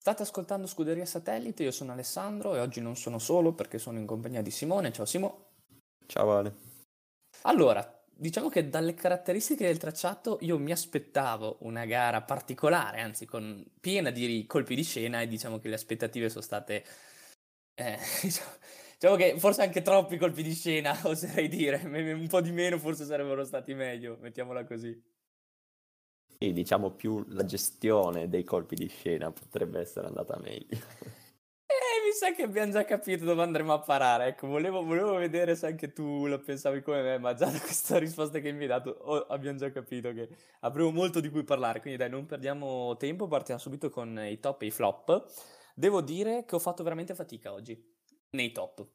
State ascoltando Scuderia Satellite, io sono Alessandro e oggi non sono solo perché sono in compagnia di Simone. Ciao Simo. Ciao Ale. Allora, diciamo che dalle caratteristiche del tracciato io mi aspettavo una gara particolare, anzi piena di colpi di scena e diciamo che le aspettative sono state, diciamo che forse anche troppi colpi di scena, oserei dire, un po' di meno forse sarebbero stati meglio, mettiamola così. E diciamo più la gestione dei colpi di scena potrebbe essere andata meglio. Mi sa che abbiamo già capito dove andremo a parare. Ecco, volevo vedere se anche tu la pensavi come me, ma già da questa risposta che mi hai dato abbiamo già capito che avremo molto di cui parlare. Quindi dai, non perdiamo tempo, partiamo subito con i top e i flop. Devo dire che ho fatto veramente fatica oggi nei top.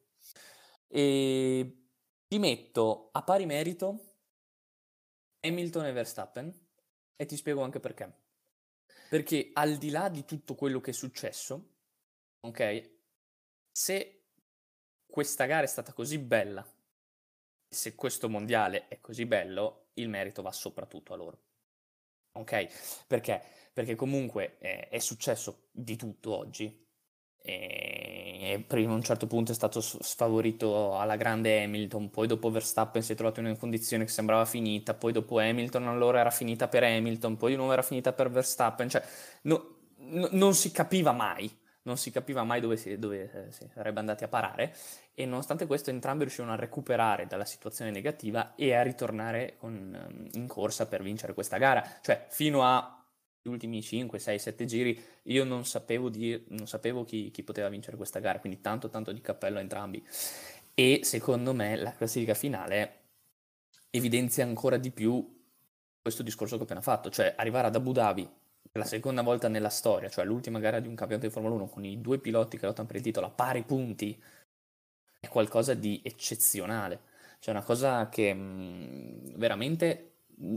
E ti metto a pari merito Hamilton e Verstappen e ti spiego anche perché. Perché al di là di tutto quello che è successo, ok? Se questa gara è stata così bella, se questo mondiale è così bello, il merito va soprattutto a loro. Ok? Perché? Perché comunque è successo di tutto oggi. E prima a un certo punto è stato sfavorito alla grande Hamilton, poi dopo Verstappen si è trovato in una condizione che sembrava finita, poi dopo Hamilton allora era finita per Hamilton, poi di nuovo era finita per Verstappen, cioè non si capiva mai. Non si capiva mai dove si sarebbe andati a parare e nonostante questo entrambi riuscivano a recuperare dalla situazione negativa e a ritornare in corsa per vincere questa gara. Cioè, fino agli ultimi 5, 6, 7 giri io non sapevo chi poteva vincere questa gara, quindi tanto di cappello a entrambi. E secondo me la classifica finale evidenzia ancora di più questo discorso che ho appena fatto, cioè arrivare ad Abu Dhabi per la seconda volta nella storia, cioè l'ultima gara di un campionato di Formula 1 con i due piloti che lottano per il titolo a pari punti, è qualcosa di eccezionale. Cioè una cosa che veramente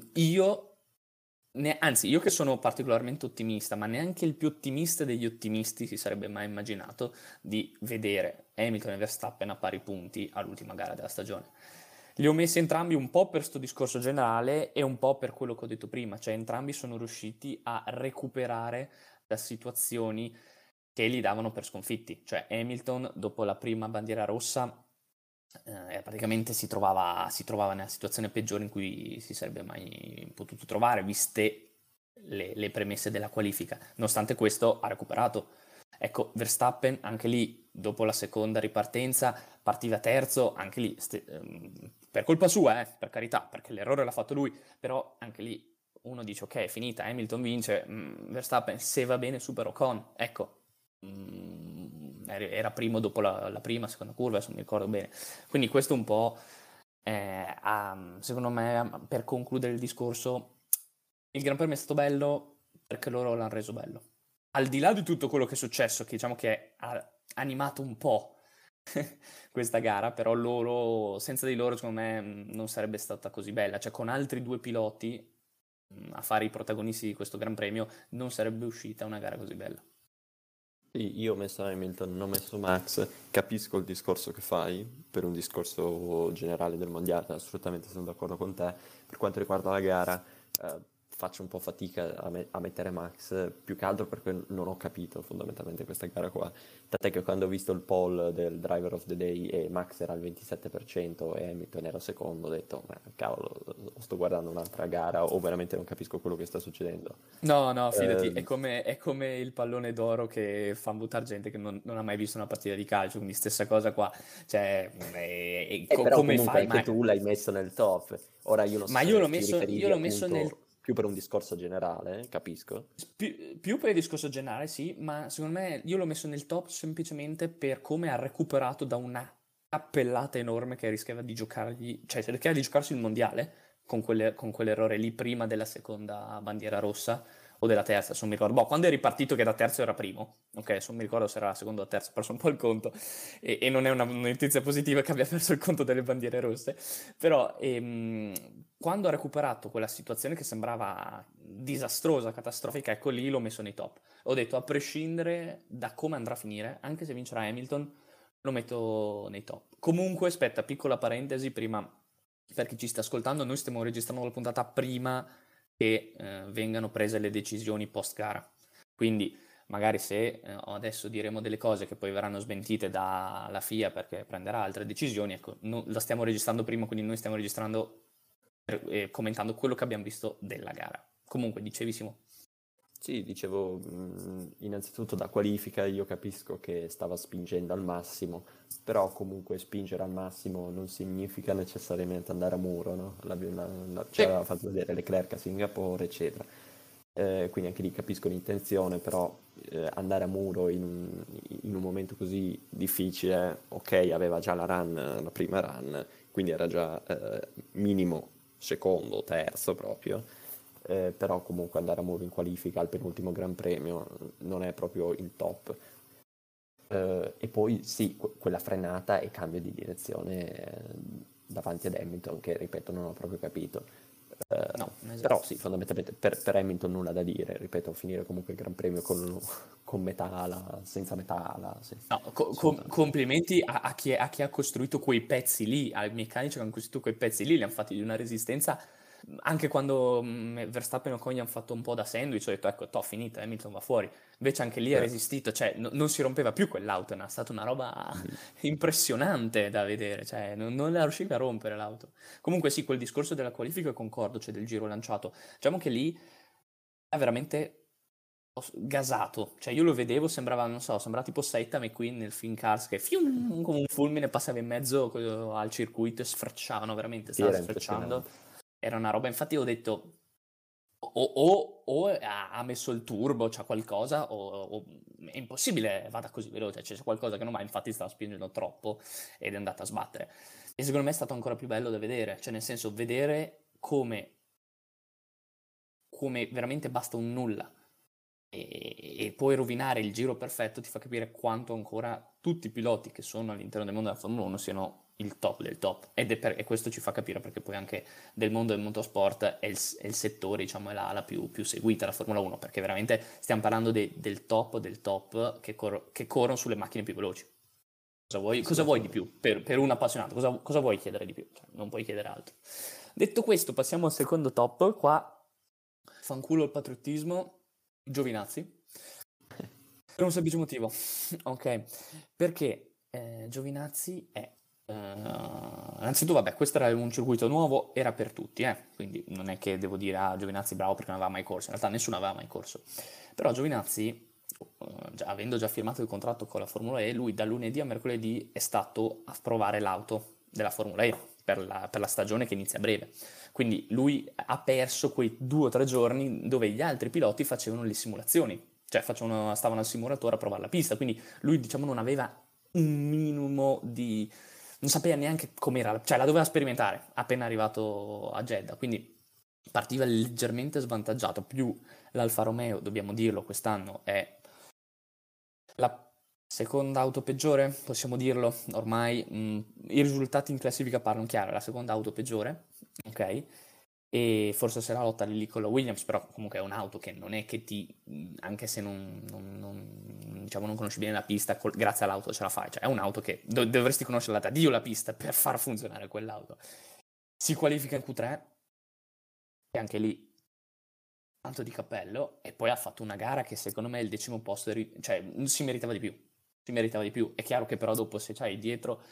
anzi io che sono particolarmente ottimista, ma neanche il più ottimista degli ottimisti si sarebbe mai immaginato di vedere Hamilton e Verstappen a pari punti all'ultima gara della stagione. Li ho messi entrambi un po' per sto discorso generale e un po' per quello che ho detto prima, cioè entrambi sono riusciti a recuperare da situazioni che li davano per sconfitti. Cioè Hamilton, dopo la prima bandiera rossa, praticamente si trovava nella situazione peggiore in cui si sarebbe mai potuto trovare, viste le premesse della qualifica. Nonostante questo ha recuperato. Ecco, Verstappen anche lì, dopo la seconda ripartenza, partiva terzo, anche lì, per colpa sua, per carità, perché l'errore l'ha fatto lui, però anche lì uno dice ok, è finita, Hamilton vince, Verstappen se va bene supera Ocon, ecco, era primo dopo la prima, seconda curva, se non mi ricordo bene. Quindi questo un po', secondo me, per concludere il discorso, il Gran Premio è stato bello perché loro l'hanno reso bello. Al di là di tutto quello che è successo, che diciamo che ha animato un po' questa gara, però senza di loro, secondo me, non sarebbe stata così bella. Cioè, con altri due piloti a fare i protagonisti di questo Gran Premio, non sarebbe uscita una gara così bella. Sì, io ho messo Hamilton, non ho messo Max, capisco il discorso che fai, per un discorso generale del mondiale, assolutamente sono d'accordo con te. Per quanto riguarda la gara, faccio un po' fatica a mettere Max, più che altro perché non ho capito fondamentalmente questa gara qua. Tant'è che quando ho visto il poll del Driver of the Day e Max era al 27% e Hamilton era secondo, ho detto, ma cavolo, sto guardando un'altra gara o veramente non capisco quello che sta succedendo. No, fidati, Ehm, è come il pallone d'oro che fa buttare gente che non ha mai visto una partita di calcio, quindi stessa cosa qua. Cioè, Però come comunque fai? anche tu l'hai messo nel top. Ora io non so Ma se io ti io riferivi l'ho messo appunto più per un discorso generale, capisco. più per il discorso generale, sì, ma secondo me io l'ho messo nel top semplicemente per come ha recuperato da una cappellata enorme che rischiava di giocargli, cioè se rischiava di giocarsi il mondiale con quell'errore lì prima della seconda bandiera rossa o della terza, se non mi ricordo. Boh, quando è ripartito che da terzo era primo, ok, se non mi ricordo se era la seconda o terza, ho perso un po' il conto e non è una notizia positiva che abbia perso il conto delle bandiere rosse, però quando ha recuperato quella situazione che sembrava disastrosa, catastrofica, ecco lì l'ho messo nei top. Ho detto, a prescindere da come andrà a finire, anche se vincerà Hamilton, lo metto nei top. Comunque, aspetta, piccola parentesi prima, per chi ci sta ascoltando, noi stiamo registrando la puntata prima che vengano prese le decisioni post gara. Quindi magari se adesso diremo delle cose che poi verranno smentite dalla FIA perché prenderà altre decisioni, ecco, la stiamo registrando prima, quindi noi stiamo registrando commentando quello che abbiamo visto della gara. Comunque, dicevissimo. Sì, dicevo, innanzitutto da qualifica io capisco che stava spingendo al massimo, però comunque spingere al massimo non significa necessariamente andare a muro, no? Ci Sì. aveva fatto vedere Leclerc a Singapore, eccetera. Quindi anche lì capisco l'intenzione, però andare a muro in un momento così difficile, ok, aveva già la prima run, quindi era già minimo secondo, terzo proprio, però comunque andare a muro in qualifica al penultimo Gran Premio non è proprio il top. E poi sì, quella frenata e cambio di direzione davanti ad Hamilton, che ripeto non ho proprio capito. No, Però esatto. sì, fondamentalmente per Hamilton nulla da dire, ripeto, finire comunque il Gran Premio con metà ala, senza metà ala, sì, No, assolutamente. complimenti a chi ha costruito quei pezzi lì, ai meccanici che hanno costruito quei pezzi lì, li hanno fatti di una resistenza. Anche quando Verstappen e Ocon gli hanno fatto un po' da sandwich, ho detto, ecco, toh, finita, Hamilton va fuori. Invece anche lì ha Cioè, resistito, cioè non si rompeva più quell'auto, è stata una roba mm, impressionante da vedere, cioè non la riusciva a rompere l'auto. Comunque sì, quel discorso della qualifica concordo, cioè del giro lanciato. Diciamo che lì è veramente gasato, cioè io lo vedevo, sembrava, non so, sembrava tipo Saitama McQueen nel film Cars che come un fulmine passava in mezzo al circuito e sfrecciavano, veramente, sì, stava era sfrecciando, impressionante. era una roba, infatti ho detto o ha messo il turbo, c'ha qualcosa, o è impossibile vada così veloce, cioè c'è qualcosa che non va, infatti stava spingendo troppo ed è andata a sbattere. E secondo me è stato ancora più bello da vedere, cioè nel senso vedere come veramente basta un nulla e puoi rovinare il giro perfetto, ti fa capire quanto ancora tutti i piloti che sono all'interno del mondo della Formula 1 siano il top del top. E questo ci fa capire perché poi anche del mondo del motorsport è il settore, diciamo, è la più seguita, la Formula 1, perché veramente stiamo parlando del top che corrono sulle macchine più veloci. Cosa vuoi di Assolutamente. più per un appassionato? Cosa vuoi chiedere di più? Cioè, non puoi chiedere altro. Detto questo, passiamo al secondo top. Qua fanculo il patriottismo, Giovinazzi. Per un semplice motivo, ok? Perché Giovinazzi è... innanzitutto, vabbè, questo era un circuito nuovo, era per tutti, quindi non è che devo dire, ah, Giovinazzi bravo perché non aveva mai corso, in realtà nessuno aveva mai corso. Però Giovinazzi, avendo già firmato il contratto con la Formula E, lui da lunedì a mercoledì è stato a provare l'auto della Formula E per la stagione che inizia a breve. Quindi lui ha perso quei 2 o 3 giorni dove gli altri piloti facevano le simulazioni, cioè stavano al simulatore a provare la pista, quindi lui diciamo non aveva un minimo di... non sapeva neanche com'era, cioè la doveva sperimentare appena arrivato a Jeddah, quindi partiva leggermente svantaggiato, più l'Alfa Romeo, dobbiamo dirlo, quest'anno è la seconda auto peggiore, possiamo dirlo, ormai i risultati in classifica parlano chiaro, è la seconda auto peggiore, ok? E forse sarà lotta lì con la Williams, però comunque è un'auto che non è che anche se diciamo, non conosci bene la pista, grazie all'auto ce la fai, cioè è un'auto che dovresti conoscerla da Dio la pista per far funzionare quell'auto. Si qualifica in Q3 e anche lì tanto di cappello e poi ha fatto una gara che secondo me il 10° posto, cioè si meritava di più, si meritava di più. È chiaro che però dopo se c'hai dietro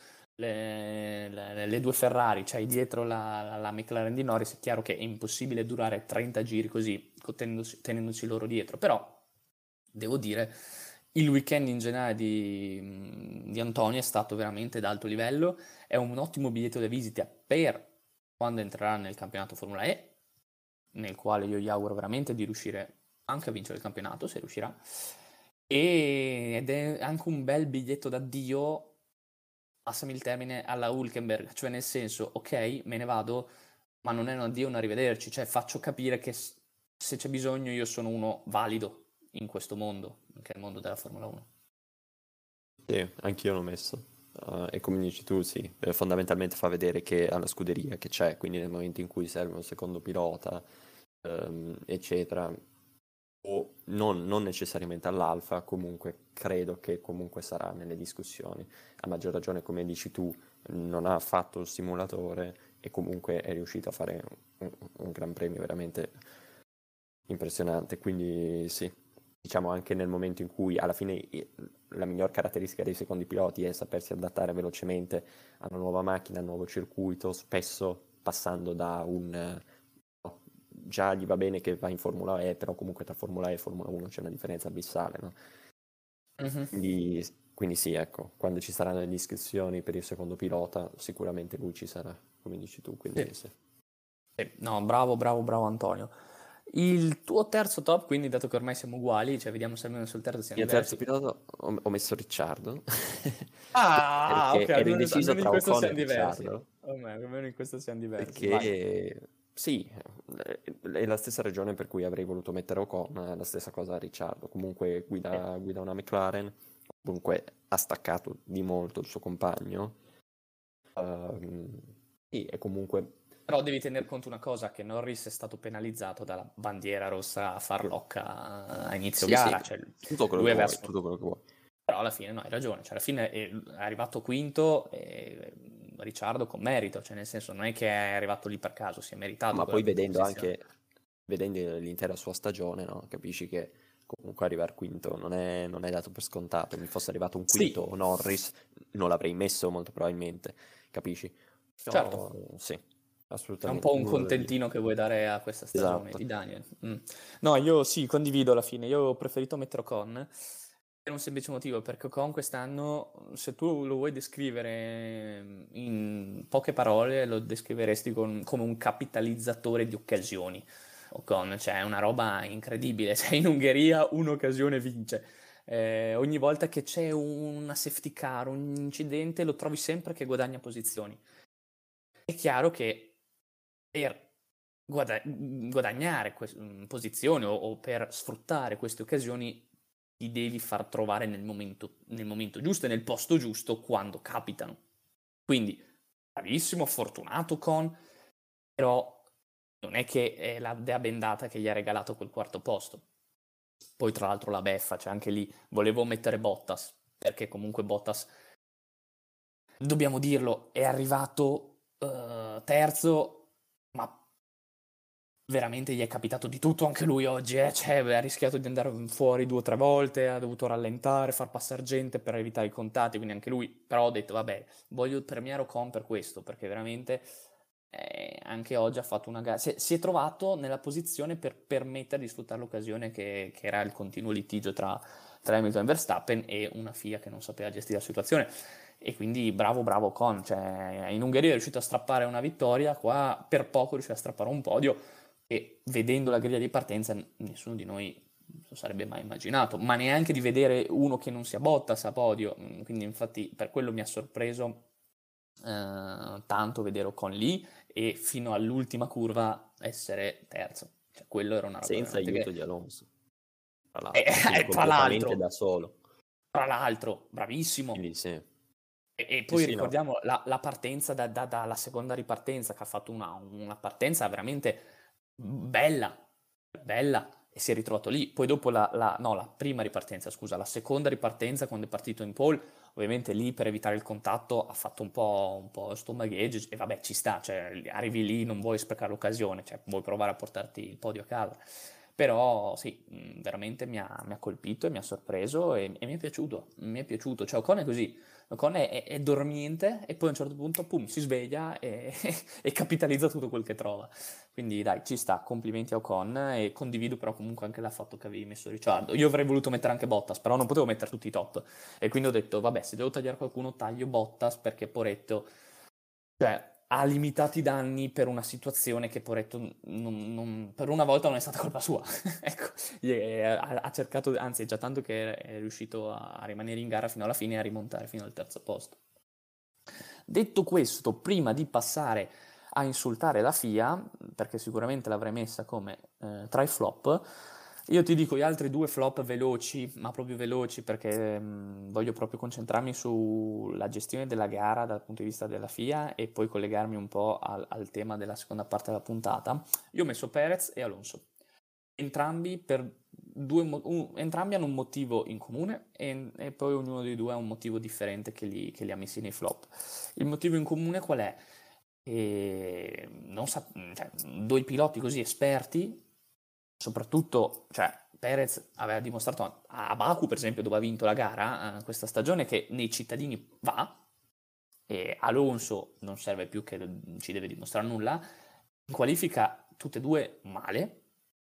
le due Ferrari, c'hai dietro la McLaren di Norris, è chiaro che è impossibile durare 30 giri così, tenendosi loro dietro, però devo dire il weekend in generale di Antonio è stato veramente d'alto livello, è un ottimo biglietto da visita per quando entrerà nel campionato Formula E, nel quale io gli auguro veramente di riuscire anche a vincere il campionato, se riuscirà, ed è anche un bel biglietto d'addio, passami il termine, alla Hülkenberg, cioè nel senso, ok, me ne vado, ma non è un addio, un arrivederci, cioè faccio capire che se c'è bisogno io sono uno valido in questo mondo, che è il mondo della Formula 1. Sì, anch'io l'ho messo. E come dici tu, sì, fondamentalmente fa vedere che ha la scuderia che c'è, quindi nel momento in cui serve un secondo pilota, eccetera, o non necessariamente all'Alfa, comunque credo che comunque sarà nelle discussioni. A maggior ragione, come dici tu, non ha fatto il simulatore e comunque è riuscito a fare un gran premio veramente impressionante, quindi sì. diciamo anche nel momento in cui alla fine la miglior caratteristica dei secondi piloti è sapersi adattare velocemente a una nuova macchina, a un nuovo circuito, spesso passando da già gli va bene che va in Formula E, però comunque tra Formula E e Formula 1 c'è una differenza abissale, no? Quindi sì, ecco, quando ci saranno le iscrizioni per il secondo pilota, sicuramente lui ci sarà, come dici tu, quindi Sì. sì. No, bravo Antonio. Il tuo terzo top, quindi dato che ormai siamo uguali, cioè vediamo se almeno sul terzo siamo Il terzo diversi. pilota ho messo Ricciardo, Ah, ok, perché ero indeciso almeno in tra questo Ocon e siamo diversi. Ricciardo, Almeno in questo siamo diversi, vai. perché sì, è la stessa ragione per cui avrei voluto mettere Ocon, è la stessa cosa a Ricciardo, comunque guida una McLaren, comunque ha staccato di molto il suo compagno, sì, e comunque Però devi tener conto una cosa, che Norris è stato penalizzato dalla bandiera rossa a farlocca a inizio sì, sì, gara, cioè tutto quello lui che aveva vuoi, tutto quello che vuoi. Però alla fine no, hai ragione, cioè alla fine è arrivato quinto Ricciardo con merito, cioè nel senso non è che è arrivato lì per caso, si è meritato Ma quella poi quinta vedendo posizione. anche, vedendo l'intera sua stagione, no? Capisci che comunque arrivare quinto non è dato per scontato. Mi fosse arrivato un Sì, quinto Norris, non l'avrei messo molto probabilmente, capisci? certo, Però sì, è un po' assolutamente, un nulla da dire. contentino che vuoi dare a questa stagione Esatto. di Daniel. No, io sì, condivido alla fine, io ho preferito mettere Ocon per un semplice motivo, perché Ocon quest'anno, se tu lo vuoi descrivere in poche parole, lo descriveresti come un capitalizzatore di occasioni. Ocon, cioè è una roba incredibile, cioè in Ungheria un'occasione vince. Ogni volta che c'è una safety car, un incidente, lo trovi sempre che guadagna posizioni. È chiaro che per guadagnare posizioni o per sfruttare queste occasioni ti devi far trovare nel momento giusto e nel posto giusto quando capitano. Quindi, bravissimo, fortunato però non è che è la dea bendata che gli ha regalato quel quarto posto. Poi tra l'altro la beffa, cioè anche lì volevo mettere Bottas, perché comunque Bottas, dobbiamo dirlo, è arrivato terzo, ma veramente gli è capitato di tutto anche lui oggi, cioè, ha rischiato di andare fuori 2 o 3 volte, ha dovuto rallentare, far passare gente per evitare i contatti, quindi anche lui, però ho detto, vabbè, voglio premiare Ocon per questo, perché veramente anche oggi ha fatto una gara, si è trovato nella posizione per permettere di sfruttare l'occasione che era il continuo litigio tra Hamilton e Verstappen e una FIA che non sapeva gestire la situazione. E quindi bravo Ocon, cioè in Ungheria è riuscito a strappare una vittoria, qua per poco è riuscito a strappare un podio e vedendo la griglia di partenza nessuno di noi lo sarebbe mai immaginato, ma neanche di vedere uno che non sia Bottas a podio, quindi infatti per quello mi ha sorpreso tanto vedere Ocon lì e fino all'ultima curva essere terzo, cioè quello era una roba Senza veramente aiuto che... di Alonso, tra l'altro, quindi Tra completamente da solo. l'altro, bravissimo. Quindi sì, E sì, poi sì, no. ricordiamo la partenza dalla seconda ripartenza, che ha fatto una partenza veramente bella, bella, e si è ritrovato lì. Poi dopo no, la prima ripartenza, scusa, la seconda ripartenza, quando è partito in pole, ovviamente lì per evitare il contatto ha fatto un po' stomagheggio e vabbè, ci sta, cioè arrivi lì, non vuoi sprecare l'occasione, cioè vuoi provare a portarti il podio a casa. Però sì, veramente mi ha colpito e mi ha sorpreso e mi è piaciuto, cioè Ocon è così, Ocon è dormiente e poi a un certo punto, pum, si sveglia e capitalizza tutto quel che trova. Quindi dai, ci sta, complimenti a Ocon e condivido però comunque anche il fatto che avevi messo Ricciardo. Io avrei voluto mettere anche Bottas, però non potevo mettere tutti i top. E quindi ho detto, vabbè, se devo tagliare qualcuno, taglio Bottas perché Poretto, cioè, ha limitati danni per una situazione che Poretto per una volta non è stata colpa sua. Ecco, ha cercato, anzi è già tanto che è riuscito a rimanere in gara fino alla fine e a rimontare fino al terzo posto. Detto questo, prima di passare a insultare la FIA, perché sicuramente l'avrei messa come tra i flop, io ti dico gli altri due flop veloci, ma proprio veloci perché voglio proprio concentrarmi sulla gestione della gara dal punto di vista della FIA e poi collegarmi un po' al tema della seconda parte della puntata. Io ho messo Perez e Alonso. Entrambi, entrambi hanno un motivo in comune e poi ognuno dei due ha un motivo differente che li ha messi nei flop. Il motivo in comune qual è? Cioè, due piloti così esperti soprattutto, cioè, Perez aveva dimostrato a Baku, per esempio, dove ha vinto la gara questa stagione, che nei cittadini va, e Alonso non serve più che ci deve dimostrare nulla, in qualifica tutte e due male,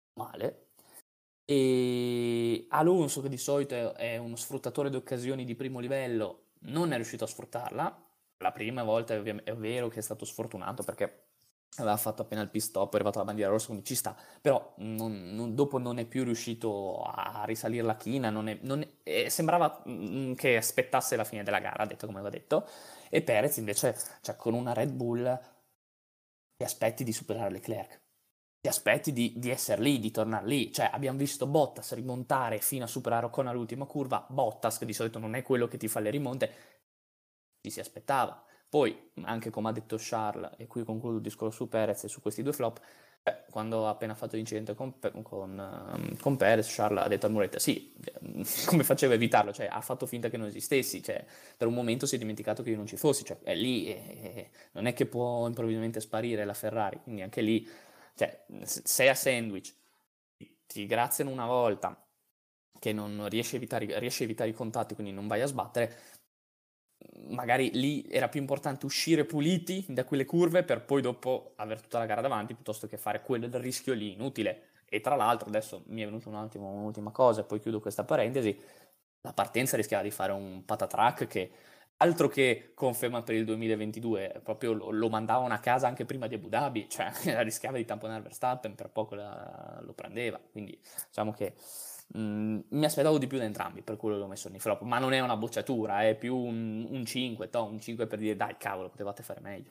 e Alonso, che di solito è uno sfruttatore di occasioni di primo livello, non è riuscito a sfruttarla. La prima volta è vero che è stato sfortunato perché aveva fatto appena il pit stop, è arrivata la bandiera rossa, quindi ci sta, però dopo non è più riuscito a risalire la china, sembrava che aspettasse la fine della gara, detto come aveva detto, e Perez invece, cioè, con una Red Bull ti aspetti di superare Leclerc, ti aspetti di essere lì, di tornare lì, cioè abbiamo visto Bottas rimontare fino a superare Ocon all'ultima curva, Bottas che di solito non è quello che ti fa le rimonte, ci si aspettava. Poi, anche come ha detto Charles, e qui concludo il discorso su Perez e su questi due flop, quando ha appena fatto l'incidente con Perez, Charles ha detto al muretto, sì, come faceva a evitarlo? Cioè, ha fatto finta che non esistessi, cioè, per un momento si è dimenticato che io non ci fossi, cioè, è lì, non è che può improvvisamente sparire la Ferrari, quindi anche lì, cioè, sei a sandwich, ti graziano una volta, che non riesci a evitare i contatti, quindi non vai a sbattere, magari lì era più importante uscire puliti da quelle curve per poi dopo avere tutta la gara davanti piuttosto che fare quello del rischio lì inutile. E tra l'altro adesso mi è venuta un'ultima cosa e poi chiudo questa parentesi, la partenza rischiava di fare un patatrack che altro che conferma per il 2022, proprio lo mandavano a casa anche prima di Abu Dhabi, cioè rischiava di tamponare Verstappen, per poco lo prendeva, quindi diciamo che mi aspettavo di più da entrambi, per quello l'ho messo nei flop, ma non è una bocciatura, è più un 5, un 5 per dire dai cavolo, potevate fare meglio.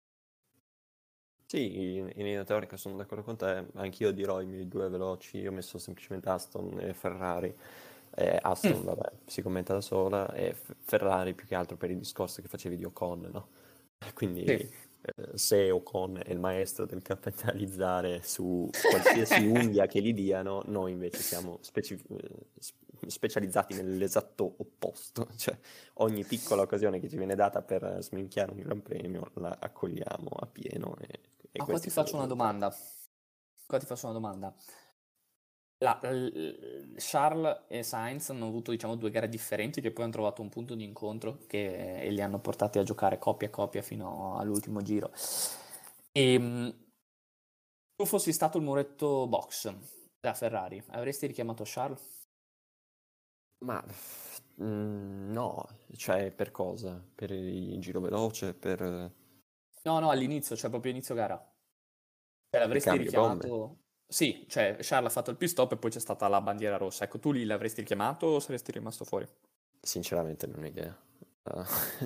Sì, in linea teorica sono d'accordo con te, anch'io dirò i miei due veloci, io ho messo semplicemente Aston e Ferrari. Aston, vabbè, si commenta da sola, e Ferrari più che altro per i discorsi che facevi di Ocon, no? Quindi Sì. se Ocon è il maestro del capitalizzare su qualsiasi unghia che gli diano, noi invece siamo specializzati nell'esatto opposto, cioè ogni piccola occasione che ci viene data per sminchiare un gran premio la accogliamo a pieno e Ma qua ti questi sono i faccio una risultati. domanda. Charles e Sainz hanno avuto, diciamo, due gare differenti che poi hanno trovato un punto di incontro e li hanno portati a giocare coppia a coppia fino all'ultimo giro. E tu fossi stato il muretto box da Ferrari, avresti richiamato Charles? Ma no, cioè per cosa? Per il giro veloce, No, all'inizio, cioè proprio inizio gara. Cioè, il l'avresti cambio gomme? richiamato? Sì, cioè Charles ha fatto il pit stop e poi c'è stata la bandiera rossa. Ecco, tu lì l'avresti richiamato o saresti rimasto fuori? Sinceramente non ho idea. Uh,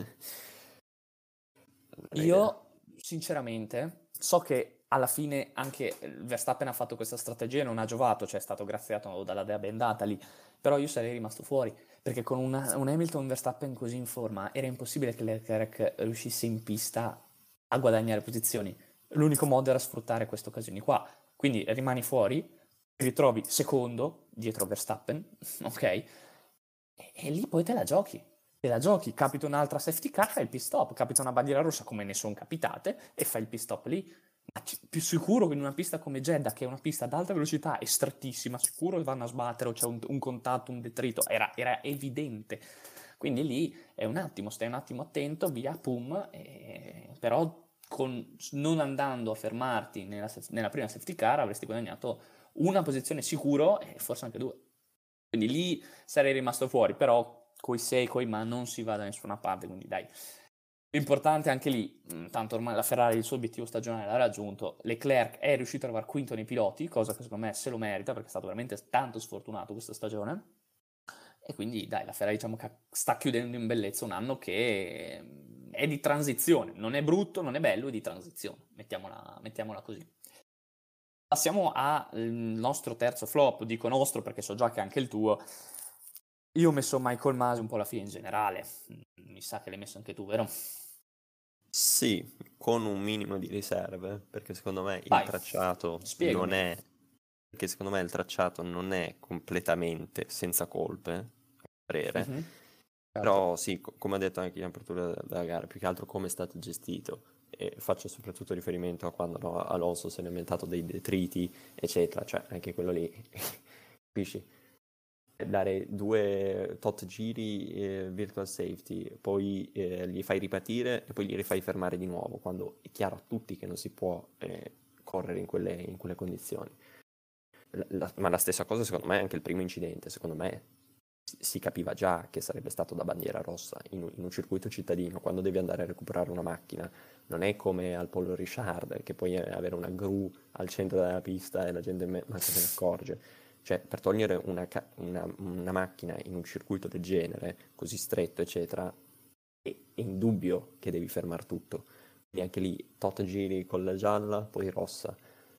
non ho idea. Io, sinceramente, so che alla fine anche Verstappen ha fatto questa strategia e non ha giovato, cioè è stato graziato dalla dea bendata lì, però io sarei rimasto fuori, perché con un Hamilton Verstappen così in forma era impossibile che Leclerc riuscisse in pista a guadagnare posizioni. L'unico modo era sfruttare queste occasioni qua. Quindi rimani fuori, ti ritrovi secondo dietro Verstappen, ok? E lì poi te la giochi, capita un'altra safety car, fai il pit stop, capita una bandiera rossa come ne sono capitate e fai il pit stop lì. Ma più sicuro che in una pista come Jeddah, che è una pista ad alta velocità e strettissima, sicuro che vanno a sbattere o c'è un contatto, un detrito, era evidente. Quindi lì è un attimo, stai un attimo attento, via, pum, però non andando a fermarti nella prima safety car avresti guadagnato una posizione sicuro e forse anche due. Quindi lì sarei rimasto fuori, però coi se e coi ma non si va da nessuna parte, quindi dai. L'importante anche lì, tanto ormai la Ferrari il suo obiettivo stagionale l'ha raggiunto, Leclerc è riuscito ad arrivare quinto nei piloti, cosa che secondo me se lo merita perché è stato veramente tanto sfortunato questa stagione, e quindi dai, la Ferrari diciamo che sta chiudendo in bellezza un anno che è di transizione, non è brutto, non è bello, è di transizione, mettiamola così. Passiamo al nostro terzo flop, dico nostro perché so già che è anche il tuo. Io ho messo Michael Masi un po' alla fine in generale, mi sa che l'hai messo anche tu, vero? Sì, con un minimo di riserve, perché secondo me il Vai, tracciato non spiegami. è, perché secondo me il tracciato non è completamente senza colpe, a mio parere. Mhm, certo. Però sì, come ha detto anche in apertura della gara, più che altro come è stato gestito. e faccio soprattutto riferimento a quando, no, Alonso se ne è inventato dei detriti, eccetera, cioè anche quello lì, capisci? Dare 2 tot giri virtual safety, poi li fai ripartire e poi li rifai fermare di nuovo, quando è chiaro a tutti che non si può correre in quelle condizioni. Ma la stessa cosa secondo me è anche il primo incidente, secondo me si capiva già che sarebbe stato da bandiera rossa in un circuito cittadino, quando devi andare a recuperare una macchina. Non è come al Polo Richard, che puoi avere una gru al centro della pista e la gente manco se ne accorge. Cioè, per togliere una macchina in un circuito del genere, così stretto, eccetera, è indubbio che devi fermare tutto. Quindi anche lì, tot giri con la gialla, poi rossa,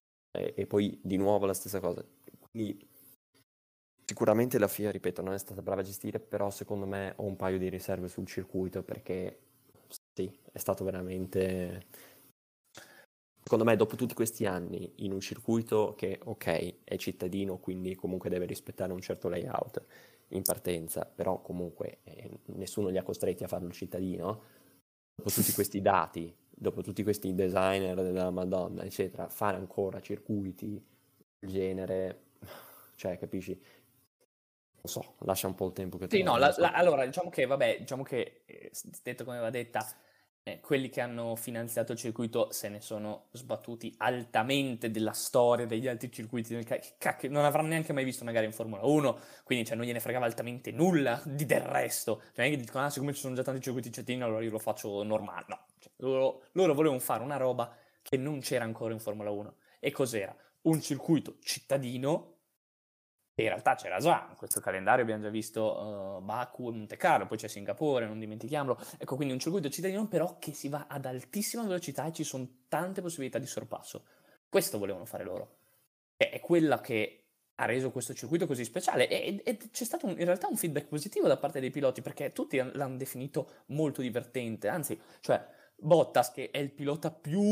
e poi di nuovo la stessa cosa. Quindi sicuramente la FIA, ripeto, non è stata brava a gestire, però secondo me ho un paio di riserve sul circuito, perché sì, è stato veramente... Secondo me, dopo tutti questi anni, in un circuito che, ok, è cittadino, quindi comunque deve rispettare un certo layout in partenza, però comunque nessuno li ha costretti a farlo cittadino, dopo tutti questi dati, dopo tutti questi designer della Madonna, eccetera, fare ancora circuiti del genere, cioè, capisci? Non so, lascia un po' il tempo che Sì, no, trova, non so. allora diciamo che, vabbè, detto come va detta, quelli che hanno finanziato il circuito se ne sono sbattuti altamente della storia degli altri circuiti, che cacchio, non avranno neanche mai visto magari in Formula 1, quindi cioè, non gliene fregava altamente nulla del resto. Cioè, non è che dicono, ah, siccome ci sono già tanti circuiti cittadini, allora io lo faccio normale. No, cioè, loro volevano fare una roba che non c'era ancora in Formula 1. E cos'era? Un circuito cittadino. E in realtà c'era già, in questo calendario abbiamo già visto Baku e Monte Carlo, poi c'è Singapore, non dimentichiamolo. Ecco, quindi un circuito cittadino però che si va ad altissima velocità e ci sono tante possibilità di sorpasso. Questo volevano fare loro. È quella che ha reso questo circuito così speciale e c'è stato in realtà un feedback positivo da parte dei piloti, perché tutti l'hanno definito molto divertente, anzi, cioè Bottas, che è il pilota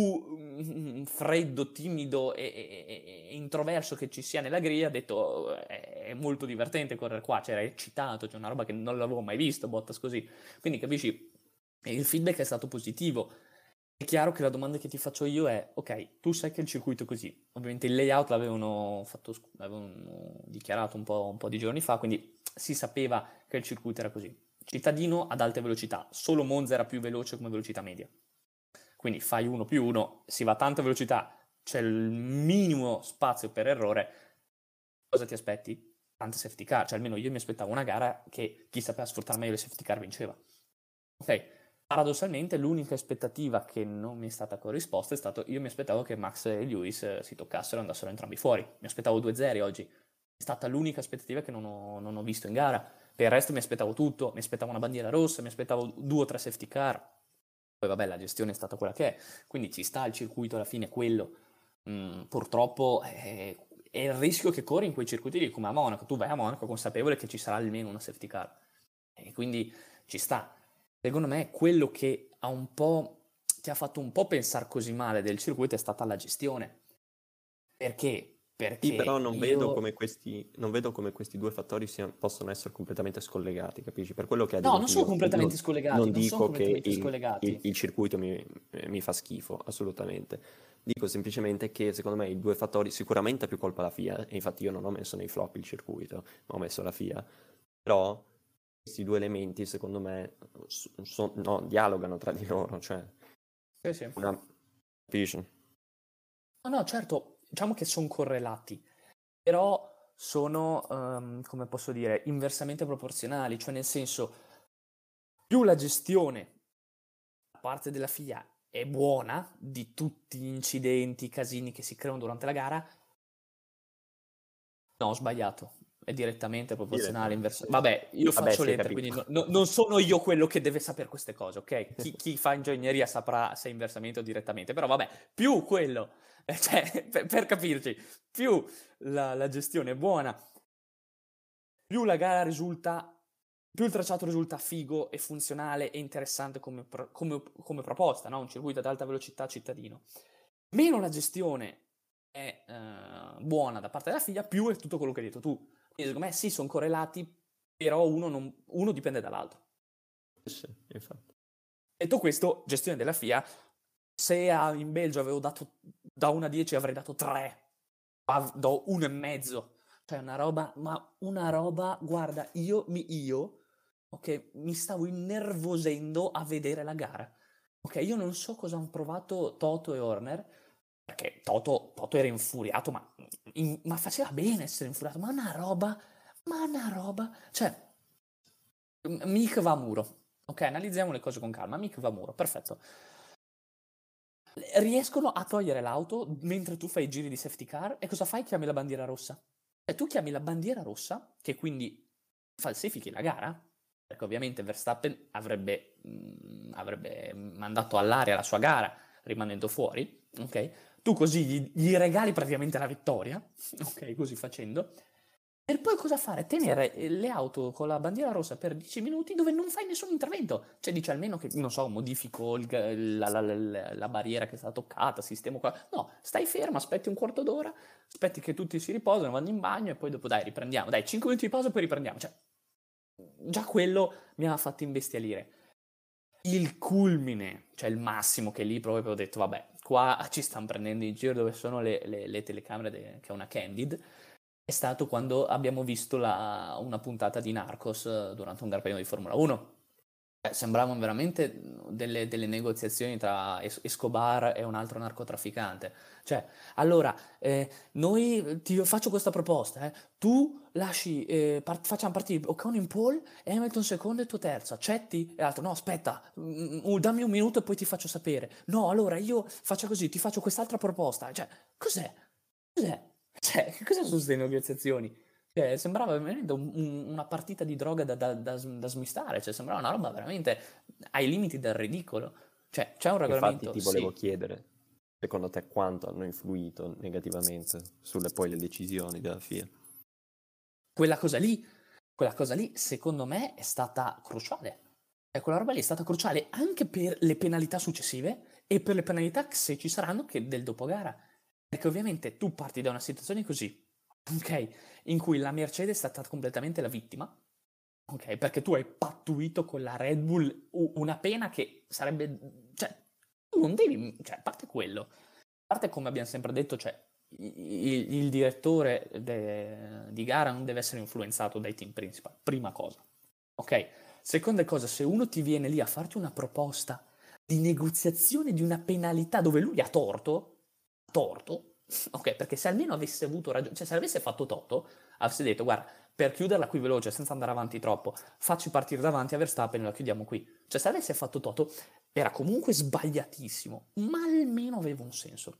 più freddo, timido e introverso che ci sia nella griglia, ha detto è molto divertente correre qua, c'era eccitato, c'è una roba che non l'avevo mai visto Bottas così, quindi capisci, il feedback è stato positivo. È chiaro che la domanda che ti faccio io è, ok, tu sai che il circuito è così, ovviamente il layout l'avevano dichiarato un po' di giorni fa, quindi si sapeva che il circuito era così. Cittadino ad alte velocità, solo Monza era più veloce come velocità media. Quindi fai 1+1, si va a tanta velocità, c'è il minimo spazio per errore, cosa ti aspetti? Tante safety car, cioè almeno io mi aspettavo una gara che chi sapeva sfruttare meglio le safety car vinceva. Ok, paradossalmente l'unica aspettativa che non mi è stata corrisposta è stato, io mi aspettavo che Max e Lewis si toccassero e andassero entrambi fuori, mi aspettavo 2-0 oggi, è stata l'unica aspettativa che non ho visto in gara, per il resto mi aspettavo tutto, mi aspettavo una bandiera rossa, mi aspettavo 2 o 3 safety car, poi vabbè la gestione è stata quella che è, quindi ci sta il circuito alla fine quello, purtroppo è il rischio che corri in quei circuiti lì come a Monaco, tu vai a Monaco consapevole che ci sarà almeno una safety car e quindi ci sta. Secondo me quello che ti ha fatto un po' pensare così male del circuito è stata la gestione. Perché? Sì, però Perché non vedo come questi due fattori possono essere completamente scollegati, capisci? Per quello che No, aggiunto non sono io, completamente scollegati, non non sono dico che completamente scollegati. il circuito mi fa schifo, assolutamente. Dico semplicemente che secondo me i due fattori, sicuramente è più colpa la FIA, e infatti io non ho messo nei flop il circuito, ma ho messo la FIA, però questi due elementi secondo me no, dialogano tra di loro, cioè Sì, sì. capisci? No, no, certo, diciamo che sono correlati, però sono, come posso dire, inversamente proporzionali, cioè nel senso, più la gestione da parte della FIA è buona di tutti gli incidenti, i casini che si creano durante la gara, no, ho sbagliato. È direttamente proporzionale, Direttamente, inverso. sì. Vabbè, io Vabbè, faccio si è l'enter, quindi capito. non sono io quello che deve sapere queste cose, ok? Chi fa ingegneria saprà se inversamente o direttamente, però vabbè, più quello, cioè, per capirci, più la gestione è buona, più la gara risulta, più il tracciato risulta figo e funzionale e interessante come proposta, no? Un circuito ad alta velocità cittadino. Meno la gestione è buona da parte della figlia, più è tutto quello che hai detto tu. Quindi secondo me sì, sono correlati, però uno dipende dall'altro. Sì, infatti. Detto questo, gestione della FIA se in Belgio avevo dato da 1 a 10 avrei dato 3, do 1,5. Cioè una roba, guarda, ok, mi stavo innervosendo a vedere la gara. Ok, io non so cosa hanno provato Toto e Horner, perché Toto era infuriato, ma faceva bene essere infuriato, ma una roba, cioè, Mick va a muro. Ok, analizziamo le cose con calma. Mick va a muro, perfetto. Riescono a togliere l'auto mentre tu fai i giri di safety car e cosa fai? Chiami la bandiera rossa. E tu chiami la bandiera rossa, che quindi falsifichi la gara, perché ovviamente Verstappen avrebbe mandato all'aria la sua gara rimanendo fuori, ok? Tu così gli regali praticamente la vittoria, ok? Così facendo. Per poi cosa fare? Tenere le auto con la bandiera rossa per 10 minuti dove non fai nessun intervento. Cioè dici almeno che, non so, modifico la barriera che è stata toccata, sistemo qua. No, stai fermo, aspetti un quarto d'ora, aspetti che tutti si riposano, vanno in bagno e poi dopo dai, riprendiamo. Dai, 5 minuti di pausa e poi riprendiamo. Cioè, già quello mi ha fatto imbestialire. Il culmine, cioè il massimo che lì proprio ho detto, vabbè, qua ci stanno prendendo in giro dove sono le telecamere che è una Candid, è stato quando abbiamo visto una puntata di Narcos durante un Gran Premio di Formula 1. Sembravano veramente delle negoziazioni tra Escobar e un altro narcotrafficante. Cioè, allora, noi ti faccio questa proposta, tu lasci, facciamo partire Ocon in pole, Hamilton secondo e tu terzo, accetti? E l'altro, no, aspetta, dammi un minuto e poi ti faccio sapere. No, allora io faccio così, ti faccio quest'altra proposta. Cioè, cos'è? Cos'è? Cioè, che cosa sono queste negoziazioni? Cioè, sembrava veramente una partita di droga da smistare, cioè sembrava una roba veramente ai limiti del ridicolo. Cioè, c'è un Infatti regolamento? ti volevo Sì. chiedere, secondo te quanto hanno influito negativamente sulle poi le decisioni della FIA? Quella cosa lì, secondo me, è stata cruciale. E quella roba lì è stata cruciale anche per le penalità successive e per le penalità, se ci saranno, che del dopogara. Perché ovviamente tu parti da una situazione così, ok, in cui la Mercedes è stata completamente la vittima, ok, perché tu hai pattuito con la Red Bull una pena che sarebbe, cioè, tu non devi, cioè, a parte quello, a parte come abbiamo sempre detto, cioè, il direttore di gara non deve essere influenzato dai team principal, prima cosa, ok? Seconda cosa, se uno ti viene lì a farti una proposta di negoziazione di una penalità dove lui ha torto, ok, perché se almeno avesse avuto ragione, cioè se avesse fatto Toto, avesse detto, guarda, per chiuderla qui veloce, senza andare avanti troppo, facci partire davanti a Verstappen e la chiudiamo qui. Cioè se avesse fatto Toto, era comunque sbagliatissimo, ma almeno aveva un senso.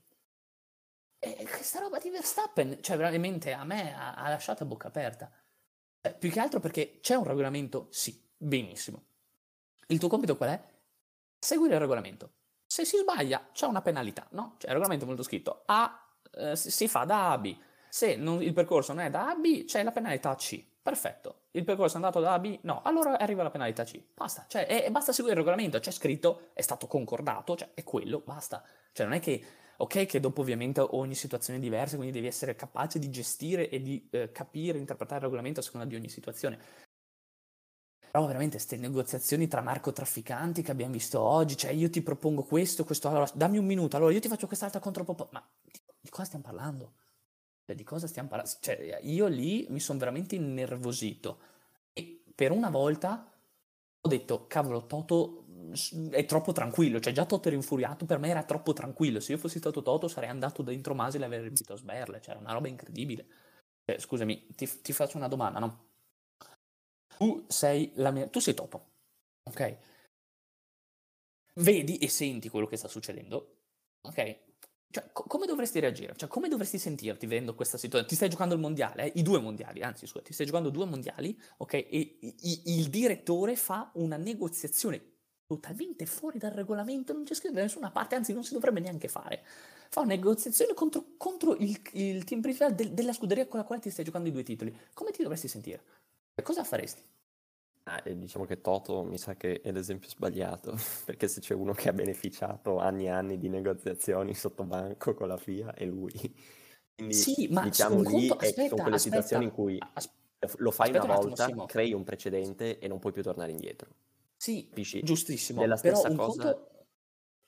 E questa roba di Verstappen, cioè veramente a me ha lasciato a bocca aperta. Più che altro perché c'è un regolamento, sì, benissimo. Il tuo compito qual è? Seguire il regolamento. Se si sbaglia c'è una penalità, no? Cioè il regolamento è molto scritto A, si fa da A a B. Se il percorso non è da A a B, c'è la penalità C. Perfetto. Il percorso è andato da A a B? No. Allora arriva la penalità C. Basta. Cioè, basta seguire il regolamento. C'è scritto, è stato concordato, cioè è quello, basta. Cioè non è che, ok, che dopo ovviamente ogni situazione è diversa, quindi devi essere capace di gestire e di capire, interpretare il regolamento a seconda di ogni situazione. Però veramente queste negoziazioni tra narcotrafficanti che abbiamo visto oggi, cioè io ti propongo questo, allora dammi un minuto, allora io ti faccio quest'altra controproposta. Ma di cosa stiamo parlando? Cioè, di cosa stiamo parlando? Cioè, io lì mi sono veramente innervosito. E per una volta ho detto, cavolo, Toto è troppo tranquillo. Cioè, già Toto era infuriato, per me era troppo tranquillo. Se io fossi stato Toto sarei andato dentro Masi e l'avrei riempito a sberle. Cioè, era una roba incredibile. Scusami, ti faccio una domanda, no? Tu sei Toto, ok? Vedi e senti quello che sta succedendo, ok? Cioè, come dovresti reagire? Cioè, come dovresti sentirti vedendo questa situazione? Ti stai giocando il mondiale, i 2 mondiali, anzi, scusa, ti stai giocando 2 mondiali, ok? E il direttore fa una negoziazione totalmente fuori dal regolamento, non c'è scritto da nessuna parte, anzi non si dovrebbe neanche fare. Fa una negoziazione contro il team principale della scuderia con la quale ti stai giocando i 2 titoli. Come ti dovresti sentire? E cosa faresti? Diciamo che Toto mi sa che è l'esempio sbagliato, perché se c'è uno che ha beneficiato anni e anni di negoziazioni sotto banco con la FIA è lui. Quindi Sì, ma diciamo un lì conto, sono quelle situazioni in cui lo fai una aspetta un attimo, volta, Simo. crei un precedente e non puoi più tornare indietro. Sì, Capisci? giustissimo, Della però stessa un cosa, conto...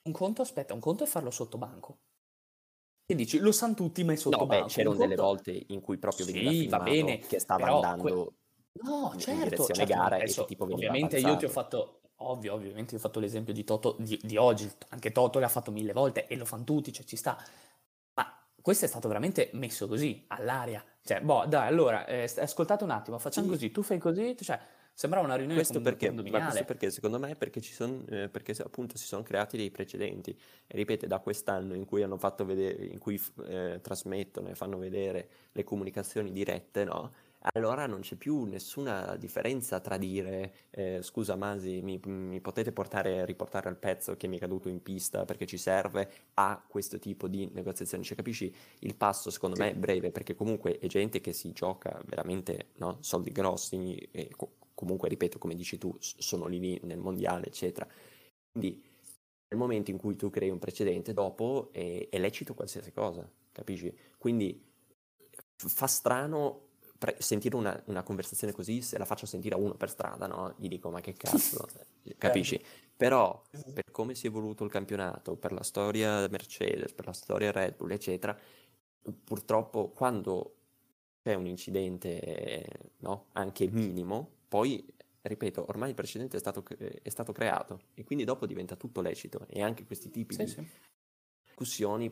un conto è farlo sotto banco. E dici, lo sanno tutti, ma è sotto No, beh, banco. c'erano delle volte in cui proprio veniva Sì, va filmato bene, che stava però andando no, in certo, direzione certo, ma gara e che adesso tipo veniva ovviamente io ti ho avanzato. fatto, ovviamente io ho fatto l'esempio di Toto di oggi, anche Toto l'ha fatto 1000 volte e lo fanno tutti, cioè ci sta. Ma questo è stato veramente messo così, all'aria. Cioè, boh, dai, allora, ascoltate un attimo, facciamo Sì, così, tu fai così, cioè, sembrava una riunione questo perché? Ma questo condominiale. perché secondo me perché appunto si sono creati dei precedenti. E ripeto, da quest'anno in cui hanno fatto vedere, in cui trasmettono e fanno vedere le comunicazioni dirette, no? Allora non c'è più nessuna differenza tra dire scusa Masi, mi potete riportare al pezzo che mi è caduto in pista perché ci serve a questo tipo di negoziazioni. Cioè, capisci? Il passo secondo me è Sì, breve perché comunque è gente che si gioca veramente, no, soldi grossi e comunque ripeto come dici tu sono lì nel mondiale eccetera, quindi nel momento in cui tu crei un precedente dopo è lecito qualsiasi cosa, capisci? Quindi fa strano sentire una conversazione così se la faccio sentire a uno per strada, no? Gli dico ma che cazzo, certo. capisci? Però Sì, sì, sì. per come si è evoluto il campionato, per la storia Mercedes, per la storia Red Bull, eccetera, purtroppo quando c'è un incidente, no, anche minimo, poi, ripeto, ormai il precedente è stato creato e quindi dopo diventa tutto lecito e anche questi tipi Sì, di sì. discussioni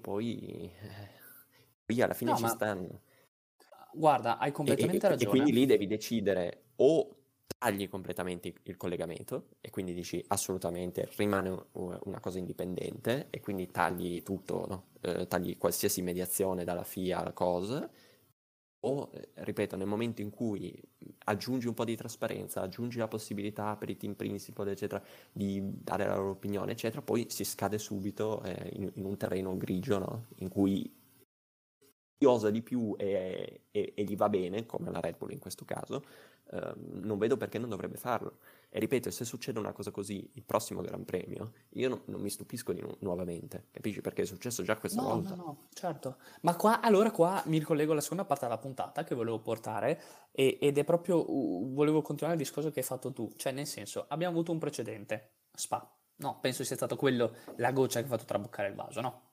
poi alla fine No, ci ma stanno. guarda, hai completamente E quindi ragione. lì devi decidere o tagli completamente il collegamento e quindi dici assolutamente rimane una cosa indipendente e quindi tagli tutto, no? Tagli qualsiasi mediazione dalla FIA alla cosa o, ripeto, nel momento in cui aggiungi un po' di trasparenza, aggiungi la possibilità per i team principal, eccetera, di dare la loro opinione, eccetera, poi si scade subito in un terreno grigio, no? In cui chi osa di più e gli va bene, come la Red Bull in questo caso, non vedo perché non dovrebbe farlo. E ripeto, se succede una cosa così il prossimo Gran Premio, io non mi stupisco nuovamente, capisci? Perché è successo già questa No, no, volta. no, certo. Ma qua, allora qua mi ricollego alla seconda parte della puntata che volevo portare ed è proprio, volevo continuare il discorso che hai fatto tu, cioè nel senso, abbiamo avuto un precedente, Spa, no, penso sia stato quello la goccia che ha fatto traboccare il vaso, no?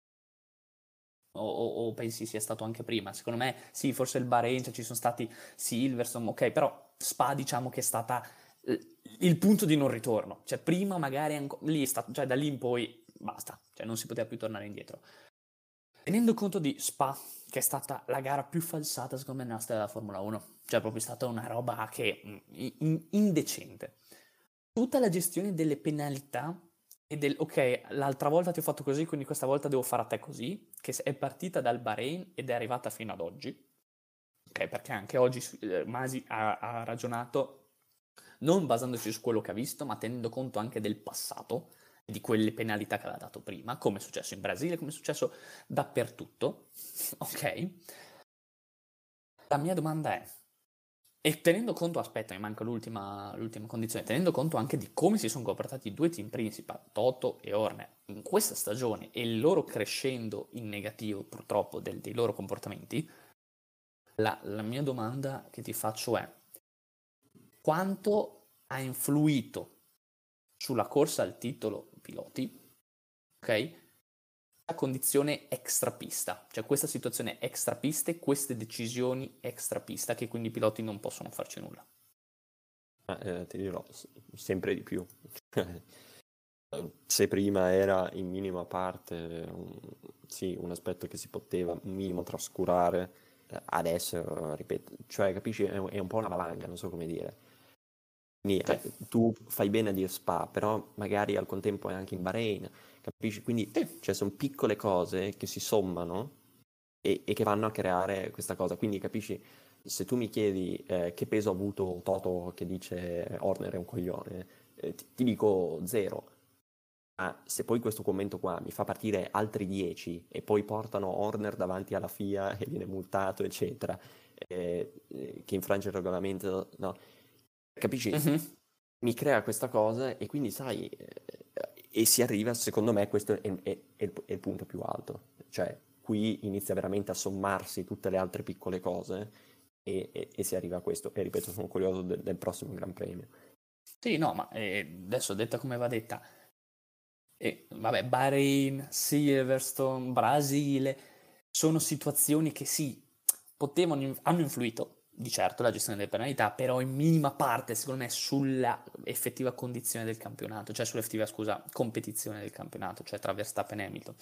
O pensi sia stato anche prima? Secondo me sì, forse il Bahrain, cioè, ci sono stati Silverstone, ok, però Spa diciamo che è stata il punto di non ritorno, cioè prima magari lì è stato, cioè da lì in poi basta, cioè non si poteva più tornare indietro. Tenendo conto di Spa, che è stata la gara più falsata secondo me nella storia della Formula 1, cioè è proprio stata una roba che indecente. Tutta la gestione delle penalità e del ok, l'altra volta ti ho fatto così, quindi questa volta devo fare a te così, che è partita dal Bahrain ed è arrivata fino ad oggi. Ok, perché anche oggi Masi ha ragionato non basandosi su quello che ha visto, ma tenendo conto anche del passato, di quelle penalità che aveva dato prima, come è successo in Brasile, come è successo dappertutto. Ok? La mia domanda è, e tenendo conto, aspetta, mi manca l'ultima condizione, tenendo conto anche di come si sono comportati i due team principal, Toto e Horner, in questa stagione e il loro crescendo in negativo purtroppo dei loro comportamenti, la mia domanda che ti faccio è, quanto ha influito sulla corsa al titolo piloti, ok? La condizione extrapista, cioè questa situazione extrapiste, queste decisioni extrapista che quindi i piloti non possono farci nulla. Ma ti dirò, sempre di più. Se prima era in minima parte sì, un aspetto che si poteva un minimo trascurare, adesso, ripeto, cioè capisci, è un po' una valanga, non so come dire. Quindi Sì, tu fai bene a dire Spa, però magari al contempo è anche in Bahrain, capisci? Quindi sì, cioè, sono piccole cose che si sommano e che vanno a creare questa cosa. Quindi capisci, se tu mi chiedi che peso ha avuto Toto che dice Horner è un coglione, ti dico zero. Ma se poi questo commento qua mi fa partire altri 10 e poi portano Horner davanti alla FIA e viene multato, eccetera, che infrange il regolamento, no? Capisci? mhm. Mi crea questa cosa e quindi, sai, e si arriva, secondo me, questo è il punto più alto. Cioè, qui inizia veramente a sommarsi tutte le altre piccole cose e si arriva a questo. E ripeto, sono curioso del prossimo Gran Premio. Sì, no, ma adesso detta come va detta, E vabbè, Bahrain, Silverstone, Brasile, sono situazioni che sì, hanno influito di certo la gestione delle penalità, però in minima parte, secondo me, sulla effettiva condizione del campionato, cioè sull'effettiva, scusa, competizione del campionato, cioè tra Verstappen e Hamilton.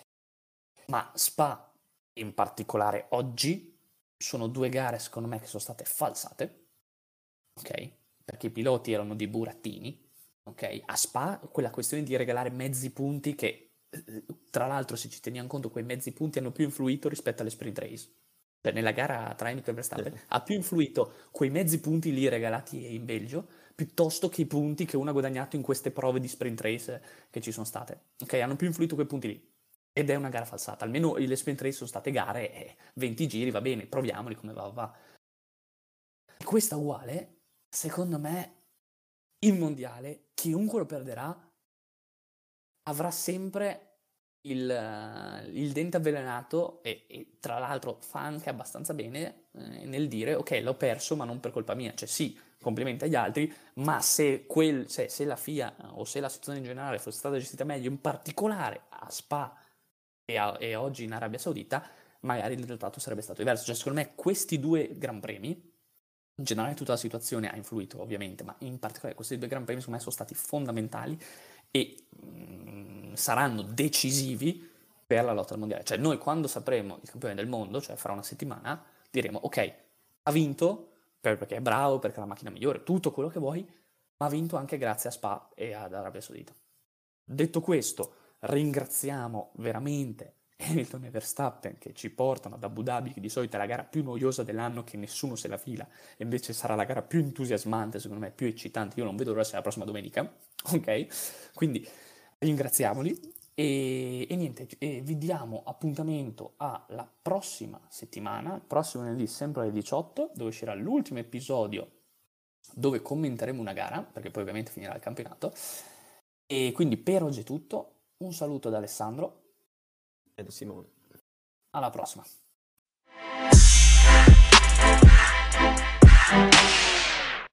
Ma Spa, in particolare oggi, sono due gare, secondo me, che sono state falsate, ok? Perché i piloti erano dei burattini, ok? A Spa, quella questione di regalare mezzi punti che, tra l'altro, se ci teniamo conto, quei mezzi punti hanno più influito rispetto alle sprint race. Cioè, nella gara tra Hamilton e Verstappen ha più influito quei mezzi punti lì regalati in Belgio piuttosto che i punti che uno ha guadagnato in queste prove di sprint race che ci sono state. Ok, hanno più influito quei punti lì. Ed è una gara falsata. Almeno le sprint race sono state gare, 20 giri, va bene, proviamoli come va. E questa uguale, secondo me, il mondiale, chiunque lo perderà, avrà sempre il dente avvelenato e tra l'altro fa anche abbastanza bene nel dire ok, l'ho perso ma non per colpa mia, cioè sì, complimenti agli altri, ma se la FIA o se la situazione in generale fosse stata gestita meglio, in particolare a Spa e oggi in Arabia Saudita, magari il risultato sarebbe stato diverso. Cioè secondo me questi due Gran Premi, in generale tutta la situazione ha influito ovviamente, ma in particolare questi due Gran Premi secondo me sono stati fondamentali e saranno decisivi per la lotta al mondiale. Cioè noi quando sapremo il campione del mondo, cioè fra una settimana, diremo ok, ha vinto perché è bravo, perché è la macchina migliore, tutto quello che vuoi, ma ha vinto anche grazie a Spa e ad Arabia Saudita. Detto questo, ringraziamo veramente Hamilton e Verstappen che ci portano ad Abu Dhabi, che di solito è la gara più noiosa dell'anno che nessuno se la fila, e invece sarà la gara più entusiasmante, secondo me, più eccitante. Io non vedo l'ora sia la prossima domenica, ok? Quindi ringraziamoli e niente, e vi diamo appuntamento alla prossima settimana, il prossimo venerdì sempre alle 18, dove uscirà l'ultimo episodio dove commenteremo una gara, perché poi ovviamente finirà il campionato. E quindi per oggi è tutto. Un saluto da Alessandro. E da Simone. Alla prossima.